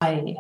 Hi.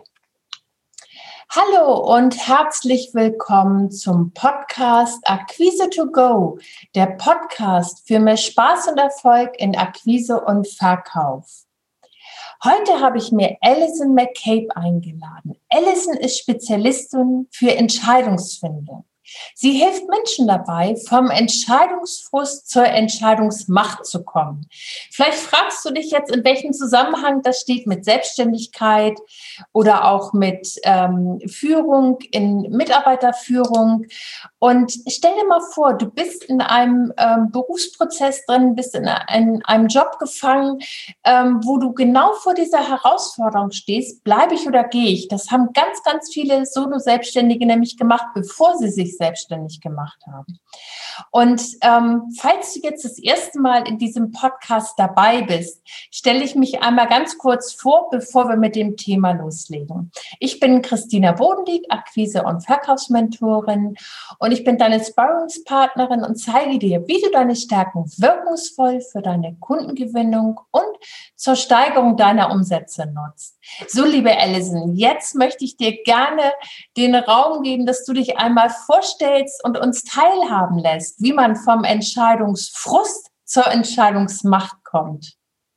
Hallo und herzlich willkommen zum Podcast Akquise to Go, der Podcast für mehr Spaß und Erfolg in Akquise und Verkauf. Heute habe ich mir Alison McCabe eingeladen. Alison ist Spezialistin für Entscheidungsfindung. Sie hilft Menschen dabei, vom Entscheidungsfrust zur Entscheidungsmacht zu kommen. Vielleicht fragst du dich jetzt, in welchem Zusammenhang das steht mit Selbstständigkeit oder auch mit Führung, in Mitarbeiterführung. Und stell dir mal vor, du bist in einem Berufsprozess drin, bist in einem Job gefangen, wo du genau vor dieser Herausforderung stehst, bleibe ich oder gehe ich? Das haben ganz, ganz viele Solo-Selbstständige nämlich gemacht, bevor sie sich selbstständig gemacht haben. Und falls du jetzt das erste Mal in diesem Podcast dabei bist, stelle ich mich einmal ganz kurz vor, bevor wir mit dem Thema loslegen. Ich bin Christina Bodendieck, Akquise- und Verkaufsmentorin, und ich bin deine Sparringspartnerin und zeige dir, wie du deine Stärken wirkungsvoll für deine Kundengewinnung und zur Steigerung deiner Umsätze nutzt. So, liebe Alison, jetzt möchte ich dir gerne den Raum geben, dass du dich einmal vorstellst und uns teilhaben lässt, wie man vom Entscheidungsfrust zur Entscheidungsmacht kommt.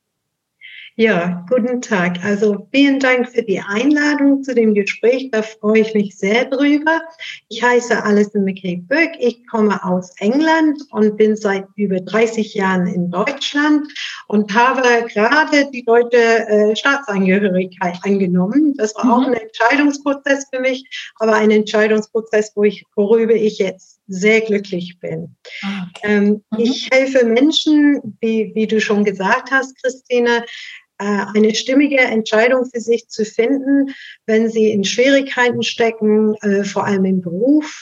Ja, guten Tag. Also vielen Dank für die Einladung zu dem Gespräch. Da freue ich mich sehr drüber. Ich heiße Alison McCabe. Ich komme aus England und bin seit über 30 Jahren in Deutschland und habe gerade die deutsche Staatsangehörigkeit angenommen. Das war auch ein Entscheidungsprozess für mich, aber ein Entscheidungsprozess, worüber ich jetzt sehr glücklich bin. Okay. Ich helfe Menschen, wie du schon gesagt hast, Christine, eine stimmige Entscheidung für sich zu finden, wenn sie in Schwierigkeiten stecken, vor allem im Beruf.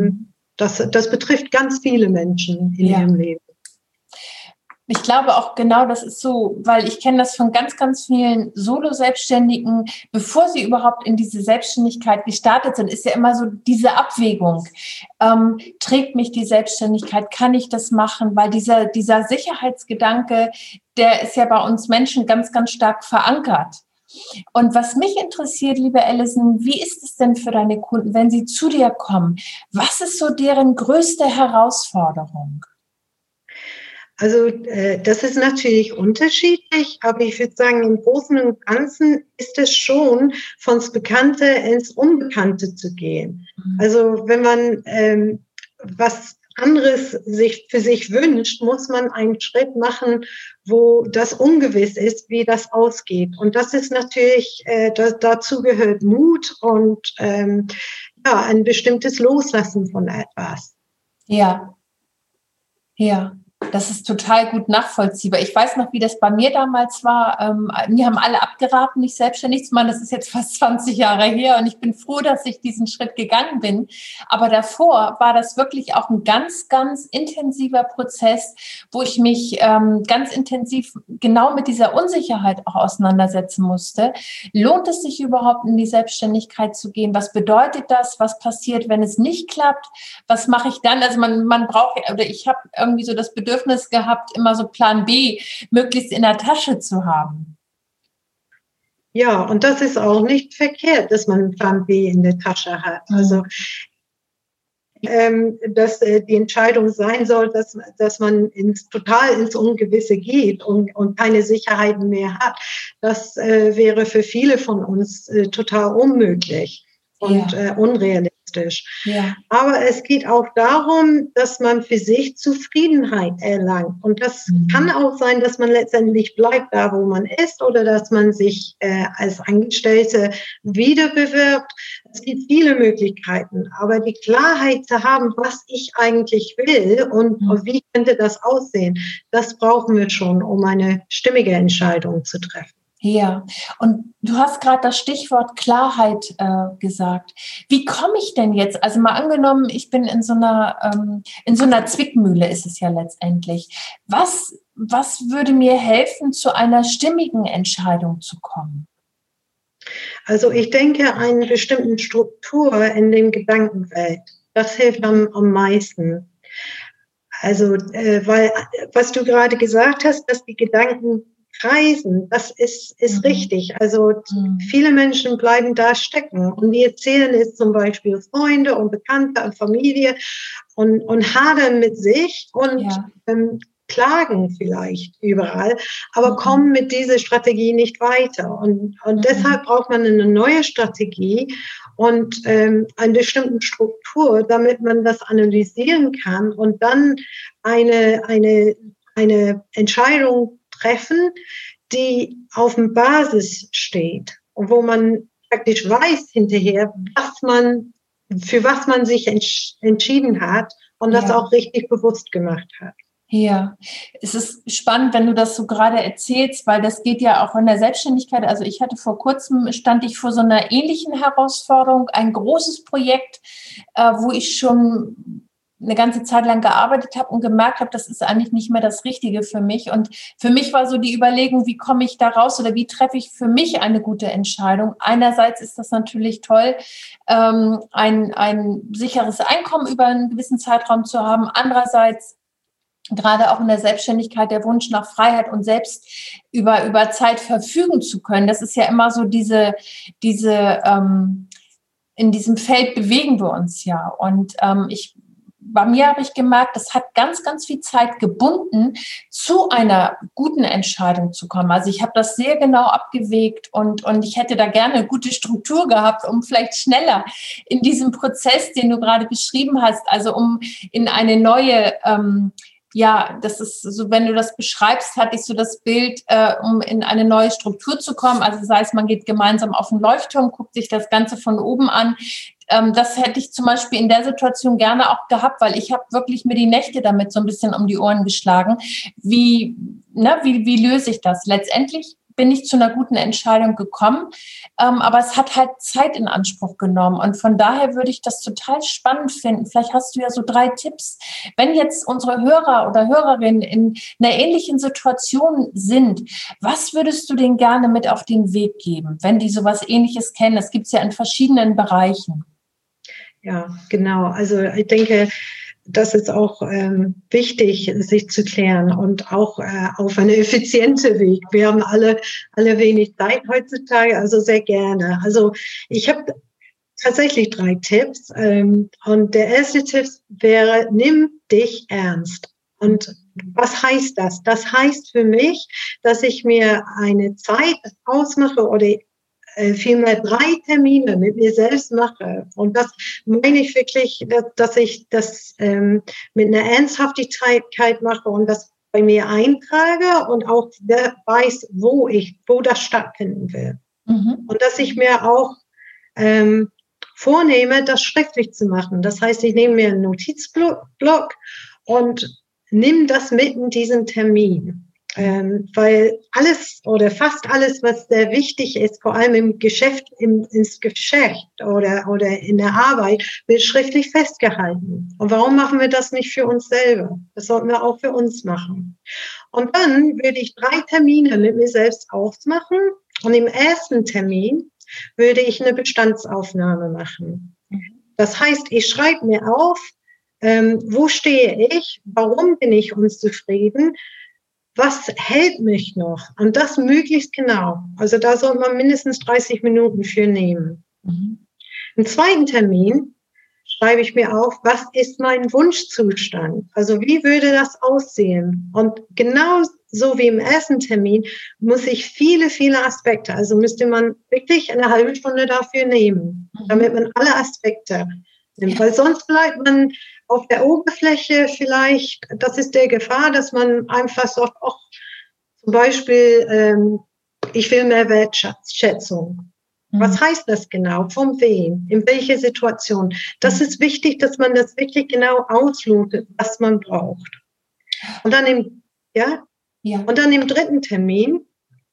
Das betrifft ganz viele Menschen in ihrem Leben. Ich glaube auch genau, das ist so, weil ich kenne das von ganz, ganz vielen Solo-Selbstständigen, bevor sie überhaupt in diese Selbstständigkeit gestartet sind, ist ja immer so diese Abwägung. Trägt mich die Selbstständigkeit? Kann ich das machen? Weil dieser Sicherheitsgedanke, der ist ja bei uns Menschen ganz, ganz stark verankert. Und was mich interessiert, liebe Alison, wie ist es denn für deine Kunden, wenn sie zu dir kommen? Was ist so deren größte Herausforderung? Also das ist natürlich unterschiedlich, aber ich würde sagen, im Großen und Ganzen ist es schon, von das Bekannte ins Unbekannte zu gehen. Also wenn man was anderes für sich wünscht, muss man einen Schritt machen, wo das ungewiss ist, wie das ausgeht. Und das ist natürlich, dazu gehört Mut und ein bestimmtes Loslassen von etwas. Ja. Das ist total gut nachvollziehbar. Ich weiß noch, wie das bei mir damals war. Mir haben alle abgeraten, mich selbstständig zu machen. Das ist jetzt fast 20 Jahre her und ich bin froh, dass ich diesen Schritt gegangen bin. Aber davor war das wirklich auch ein ganz, ganz intensiver Prozess, wo ich mich ganz intensiv genau mit dieser Unsicherheit auch auseinandersetzen musste. Lohnt es sich überhaupt, in die Selbstständigkeit zu gehen? Was bedeutet das? Was passiert, wenn es nicht klappt? Was mache ich dann? Also man braucht, oder ich habe irgendwie so das Bedürfnis gehabt, immer so Plan B möglichst in der Tasche zu haben. Ja, und das ist auch nicht verkehrt, dass man Plan B in der Tasche hat. Also dass die Entscheidung sein soll, dass man total ins Ungewisse geht und keine Sicherheiten mehr hat. Das wäre für viele von uns total unmöglich und unrealistisch. Ja. Aber es geht auch darum, dass man für sich Zufriedenheit erlangt. Und das kann auch sein, dass man letztendlich bleibt da, wo man ist, oder dass man sich als Angestellte wieder bewirbt. Es gibt viele Möglichkeiten. Aber die Klarheit zu haben, was ich eigentlich will und wie könnte das aussehen, das brauchen wir schon, um eine stimmige Entscheidung zu treffen. Ja, und du hast gerade das Stichwort Klarheit gesagt. Wie komme ich denn jetzt? Also mal angenommen, ich bin in so einer Zwickmühle, ist es ja letztendlich. Was würde mir helfen, zu einer stimmigen Entscheidung zu kommen? Also ich denke, eine bestimmte Struktur in dem Gedankenwelt, das hilft am meisten. Also, weil, was du gerade gesagt hast, dass die Gedanken Reisen, das ist richtig. Also viele Menschen bleiben da stecken und die erzählen es zum Beispiel Freunde und Bekannte und Familie und hadern mit sich und klagen vielleicht überall, aber kommen mit dieser Strategie nicht weiter. Und deshalb braucht man eine neue Strategie und eine bestimmte Struktur, damit man das analysieren kann und dann eine Entscheidung treffen, die auf dem Basis steht und wo man praktisch weiß hinterher, für was man sich entschieden hat und das auch richtig bewusst gemacht hat. Ja, es ist spannend, wenn du das so gerade erzählst, weil das geht ja auch in der Selbstständigkeit. Also ich hatte vor kurzem, stand ich vor so einer ähnlichen Herausforderung, ein großes Projekt, wo ich schon eine ganze Zeit lang gearbeitet habe und gemerkt habe, das ist eigentlich nicht mehr das Richtige für mich. Und für mich war so die Überlegung, wie komme ich da raus oder wie treffe ich für mich eine gute Entscheidung? Einerseits ist das natürlich toll, ein sicheres Einkommen über einen gewissen Zeitraum zu haben. Andererseits gerade auch in der Selbstständigkeit der Wunsch nach Freiheit und selbst über Zeit verfügen zu können. Das ist ja immer so diese in diesem Feld bewegen wir uns ja. Und bei mir habe ich gemerkt, das hat ganz, ganz viel Zeit gebunden, zu einer guten Entscheidung zu kommen. Also ich habe das sehr genau abgewegt und ich hätte da gerne eine gute Struktur gehabt, um vielleicht schneller in diesem Prozess, den du gerade beschrieben hast, also um in eine neue das ist so, wenn du das beschreibst, hatte ich so das Bild, um in eine neue Struktur zu kommen. Also das heißt, man geht gemeinsam auf den Leuchtturm, guckt sich das Ganze von oben an. Das hätte ich zum Beispiel in der Situation gerne auch gehabt, weil ich habe wirklich mir die Nächte damit so ein bisschen um die Ohren geschlagen. Wie löse ich das? Letztendlich bin ich zu einer guten Entscheidung gekommen, aber es hat halt Zeit in Anspruch genommen und von daher würde ich das total spannend finden. Vielleicht hast du ja so 3 Tipps. Wenn jetzt unsere Hörer oder Hörerinnen in einer ähnlichen Situation sind, was würdest du denen gerne mit auf den Weg geben, wenn die sowas Ähnliches kennen? Das gibt es ja in verschiedenen Bereichen. Ja, genau. Also ich denke, das ist auch wichtig, sich zu klären und auch auf eine effiziente Weg. Wir haben alle wenig Zeit heutzutage, also sehr gerne. Also ich habe tatsächlich 3 Tipps und der erste Tipp wäre, nimm dich ernst. Und was heißt das? Das heißt für mich, dass ich mir eine Zeit ausmache oder vielmehr 3 Termine mit mir selbst mache. Und das meine ich wirklich, dass ich das mit einer Ernsthaftigkeit mache und das bei mir eintrage und auch weiß, wo das stattfinden will. Und dass ich mir auch vornehme, das schriftlich zu machen. Das heißt, ich nehme mir einen Notizblock und nehme das mit in diesen Termin. Weil alles oder fast alles, was sehr wichtig ist, vor allem im Geschäft, ins Geschäft oder in der Arbeit, wird schriftlich festgehalten. Und warum machen wir das nicht für uns selber? Das sollten wir auch für uns machen. Und dann würde ich 3 Termine mit mir selbst ausmachen. Und im ersten Termin würde ich eine Bestandsaufnahme machen. Das heißt, ich schreibe mir auf, wo stehe ich? Warum bin ich unzufrieden? Was hält mich noch? Und das möglichst genau. Also da sollte man mindestens 30 Minuten für nehmen. Im zweiten Termin schreibe ich mir auf, was ist mein Wunschzustand? Also wie würde das aussehen? Und genau so wie im ersten Termin muss ich viele, viele Aspekte, also müsste man wirklich eine halbe Stunde dafür nehmen, damit man alle Aspekte nimmt. Weil sonst bleibt man auf der Oberfläche vielleicht, das ist der Gefahr, dass man einfach sagt, ach, zum Beispiel, ich will mehr Wertschätzung. Was heißt das genau? Von wem? In welcher Situation? Das ist wichtig, dass man das wirklich genau auslotet, was man braucht. Und dann und dann im dritten Termin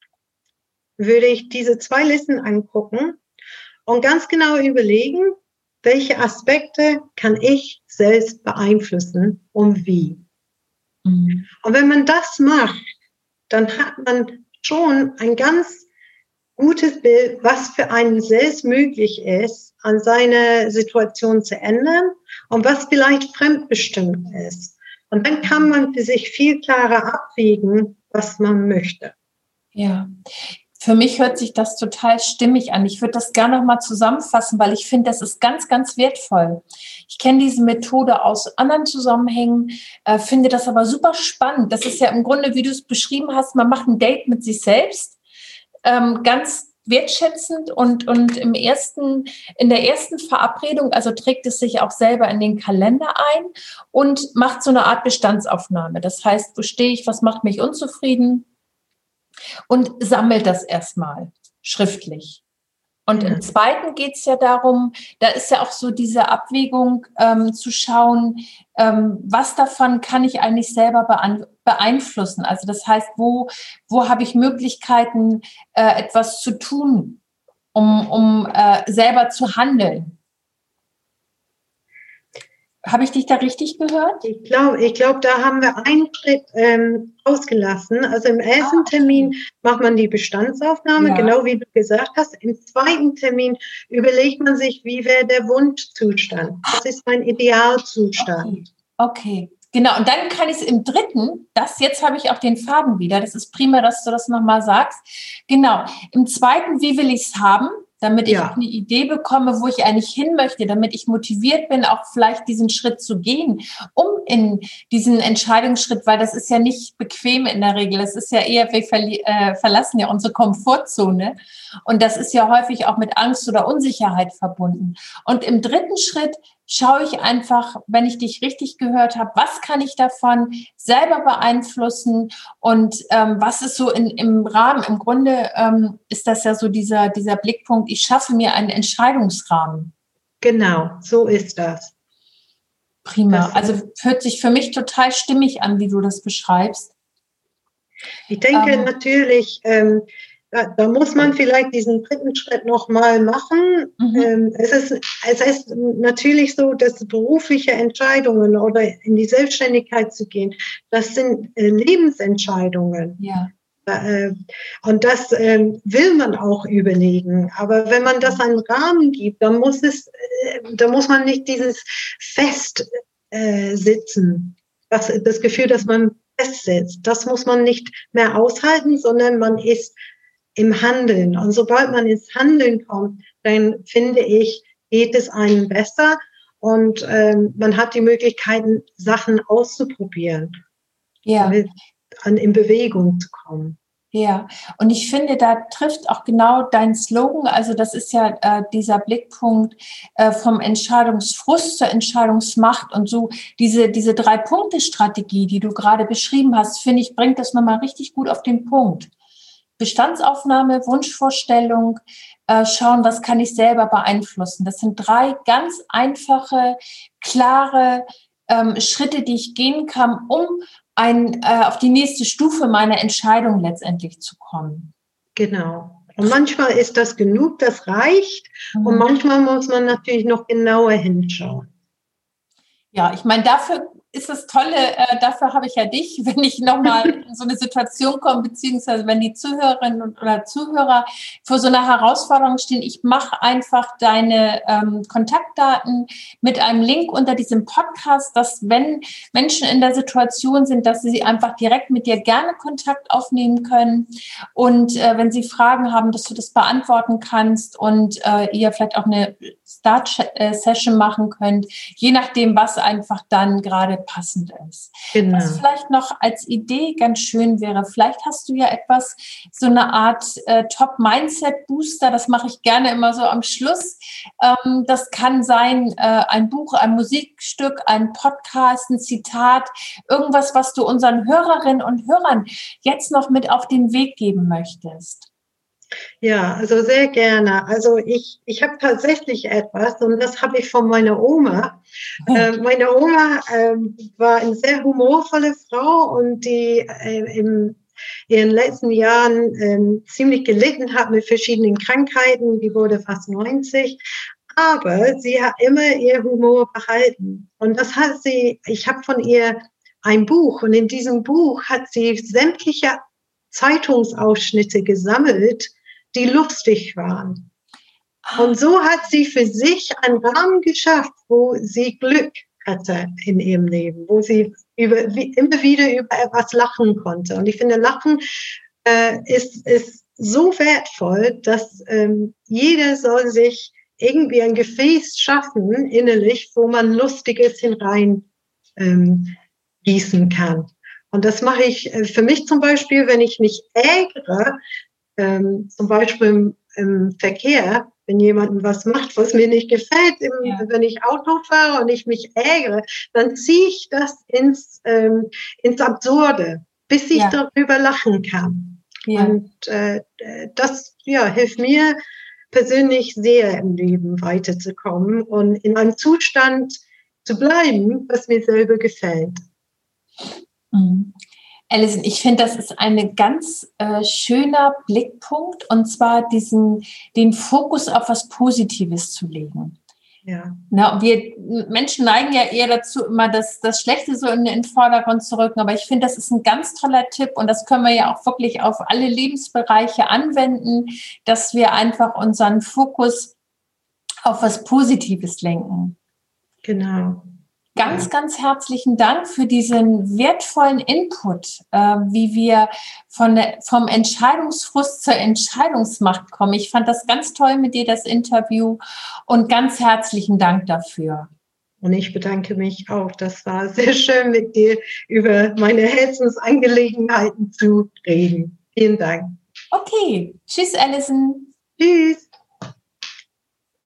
würde ich diese 2 Listen angucken und ganz genau überlegen, welche Aspekte kann ich selbst beeinflussen und wie. Und wenn man das macht, dann hat man schon ein ganz gutes Bild, was für einen selbst möglich ist, an seiner Situation zu ändern und was vielleicht fremdbestimmt ist. Und dann kann man für sich viel klarer abwägen, was man möchte. Ja. Für mich hört sich das total stimmig an. Ich würde das gerne noch mal zusammenfassen, weil ich finde, das ist ganz, ganz wertvoll. Ich kenne diese Methode aus anderen Zusammenhängen, finde das aber super spannend. Das ist ja im Grunde, wie du es beschrieben hast, man macht ein Date mit sich selbst, ganz wertschätzend und in der ersten Verabredung, also trägt es sich auch selber in den Kalender ein und macht so eine Art Bestandsaufnahme. Das heißt, wo stehe ich, was macht mich unzufrieden? Und sammelt das erstmal schriftlich. Und im zweiten geht es ja darum, da ist ja auch so diese Abwägung zu schauen, was davon kann ich eigentlich selber beeinflussen. Also das heißt, wo habe ich Möglichkeiten, etwas zu tun, um selber zu handeln. Habe ich dich da richtig gehört? Ich glaube, da haben wir einen Schritt ausgelassen. Also im ersten Termin macht man die Bestandsaufnahme, genau wie du gesagt hast. Im zweiten Termin überlegt man sich, wie wäre der Wunschzustand? Was ist mein Idealzustand? Okay. Genau, und dann kann ich es im dritten, jetzt habe ich auch den Faden wieder, das ist prima, dass du das nochmal sagst. Genau, im zweiten, wie will ich es haben, damit ich eine Idee bekomme, wo ich eigentlich hin möchte, damit ich motiviert bin, auch vielleicht diesen Schritt zu gehen, um in diesen Entscheidungsschritt, weil das ist ja nicht bequem in der Regel, das ist ja eher, wir verlassen ja unsere Komfortzone und das ist ja häufig auch mit Angst oder Unsicherheit verbunden. Und im dritten Schritt schaue ich einfach, wenn ich dich richtig gehört habe, was kann ich davon selber beeinflussen und was ist so im Rahmen, im Grunde ist das ja so dieser Blickpunkt, ich schaffe mir einen Entscheidungsrahmen. Genau, so ist das. Prima, also hört sich für mich total stimmig an, wie du das beschreibst. Ich denke natürlich, da muss man vielleicht diesen dritten Schritt nochmal machen. Es ist natürlich so, dass berufliche Entscheidungen oder in die Selbstständigkeit zu gehen, das sind Lebensentscheidungen. Ja. Und das will man auch überlegen. Aber wenn man das einen Rahmen gibt, dann muss man nicht dieses Festsitzen, das Gefühl, dass man festsitzt. Das muss man nicht mehr aushalten, sondern man ist im Handeln. Und sobald man ins Handeln kommt, dann finde ich, geht es einem besser und man hat die Möglichkeiten, Sachen auszuprobieren, in Bewegung zu kommen. Ja, und ich finde, da trifft auch genau dein Slogan, also das ist ja dieser Blickpunkt vom Entscheidungsfrust zur Entscheidungsmacht und so diese 3-Punkte-Strategie, die du gerade beschrieben hast, finde ich, bringt das nochmal richtig gut auf den Punkt. Bestandsaufnahme, Wunschvorstellung, schauen, was kann ich selber beeinflussen. Das sind 3 ganz einfache, klare Schritte, die ich gehen kann, um auf die nächste Stufe meiner Entscheidung letztendlich zu kommen. Genau. Und manchmal ist das genug, das reicht. Und manchmal muss man natürlich noch genauer hinschauen. Ja, ich meine, dafür ist das Tolle, dafür habe ich ja dich, wenn ich nochmal in so eine Situation komme, beziehungsweise wenn die Zuhörerinnen oder Zuhörer vor so einer Herausforderung stehen, ich mache einfach deine Kontaktdaten mit einem Link unter diesem Podcast, dass wenn Menschen in der Situation sind, dass sie einfach direkt mit dir gerne Kontakt aufnehmen können und wenn sie Fragen haben, dass du das beantworten kannst und ihr vielleicht auch eine Start-Session machen könnt, je nachdem, was einfach dann gerade passend ist. Genau. Was vielleicht noch als Idee ganz schön wäre, vielleicht hast du ja etwas, so eine Art Top-Mindset-Booster, das mache ich gerne immer so am Schluss. Das kann sein ein Buch, ein Musikstück, ein Podcast, ein Zitat, irgendwas, was du unseren Hörerinnen und Hörern jetzt noch mit auf den Weg geben möchtest. Ja, also sehr gerne. Also ich habe tatsächlich etwas und das habe ich von meiner Oma. Meine Oma war eine sehr humorvolle Frau und die in ihren letzten Jahren ziemlich gelitten hat mit verschiedenen Krankheiten. Die wurde fast 90. Aber sie hat immer ihr Humor behalten. Und das hat ich habe von ihr ein Buch und in diesem Buch hat sie sämtliche Zeitungsausschnitte gesammelt, die lustig waren. Und so hat sie für sich einen Rahmen geschafft, wo sie Glück hatte in ihrem Leben, wo sie immer wieder über etwas lachen konnte. Und ich finde, Lachen ist so wertvoll, dass jeder soll sich irgendwie ein Gefäß schaffen, innerlich, wo man Lustiges hinein gießen kann. Und das mache ich für mich zum Beispiel, wenn ich mich ärgere, zum Beispiel im Verkehr, wenn jemand was macht, was mir nicht gefällt, wenn ich Auto fahre und ich mich ärgere, dann ziehe ich das ins Absurde, bis ich darüber lachen kann. Ja. Und das hilft mir persönlich sehr im Leben weiterzukommen und in einem Zustand zu bleiben, was mir selber gefällt. Mhm. Alison, ich finde, das ist ein ganz schöner Blickpunkt, und zwar den Fokus auf was Positives zu legen. Ja. Na, wir Menschen neigen ja eher dazu, immer das Schlechte so in den Vordergrund zu rücken, aber ich finde, das ist ein ganz toller Tipp, und das können wir ja auch wirklich auf alle Lebensbereiche anwenden, dass wir einfach unseren Fokus auf was Positives lenken. Genau. Ganz, ganz herzlichen Dank für diesen wertvollen Input, wie wir vom Entscheidungsfrust zur Entscheidungsmacht kommen. Ich fand das ganz toll mit dir, das Interview, und ganz herzlichen Dank dafür. Und ich bedanke mich auch. Das war sehr schön, mit dir über meine Herzensangelegenheiten zu reden. Vielen Dank. Okay. Tschüss, Alison. Tschüss.